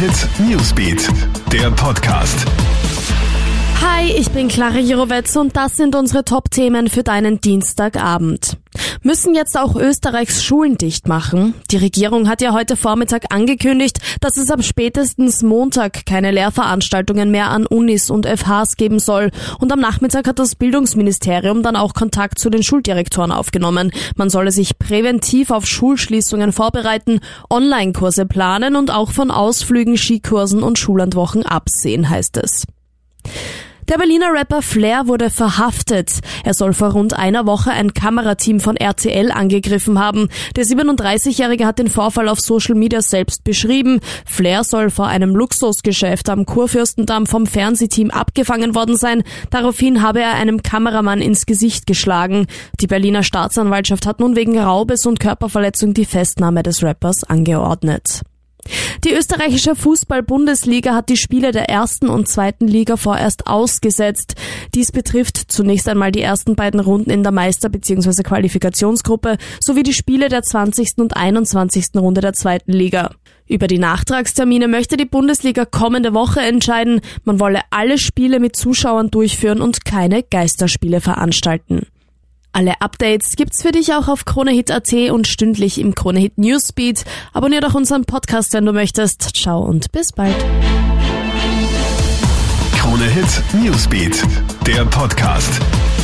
Hit Newsbeat, der Podcast. Hi, ich bin Clara Jirovetz und das sind unsere Top-Themen für deinen Dienstagabend. Müssen jetzt auch Österreichs Schulen dicht machen? Die Regierung hat ja heute Vormittag angekündigt, dass es ab spätestens Montag keine Lehrveranstaltungen mehr an Unis und FHs geben soll. Und am Nachmittag hat das Bildungsministerium dann auch Kontakt zu den Schuldirektoren aufgenommen. Man solle sich präventiv auf Schulschließungen vorbereiten, Online-Kurse planen und auch von Ausflügen, Skikursen und Schullandwochen absehen, heißt es. Der Berliner Rapper Flair wurde verhaftet. Er soll vor rund einer Woche ein Kamerateam von RTL angegriffen haben. Der 37-Jährige hat den Vorfall auf Social Media selbst beschrieben. Flair soll vor einem Luxusgeschäft am Kurfürstendamm vom Fernsehteam abgefangen worden sein. Daraufhin habe er einem Kameramann ins Gesicht geschlagen. Die Berliner Staatsanwaltschaft hat nun wegen Raubes und Körperverletzung die Festnahme des Rappers angeordnet. Die österreichische Fußball-Bundesliga hat die Spiele der ersten und zweiten Liga vorerst ausgesetzt. Dies betrifft zunächst einmal die ersten beiden Runden in der Meister- bzw. Qualifikationsgruppe sowie die Spiele der 20. und 21. Runde der zweiten Liga. Über die Nachtragstermine möchte die Bundesliga kommende Woche entscheiden. Man wolle alle Spiele mit Zuschauern durchführen und keine Geisterspiele veranstalten. Alle Updates gibt's für dich auch auf KroneHit.at und stündlich im KroneHit Newsbeat. Abonnier doch unseren Podcast, wenn du möchtest. Ciao und bis bald. KroneHit Newsbeat, der Podcast.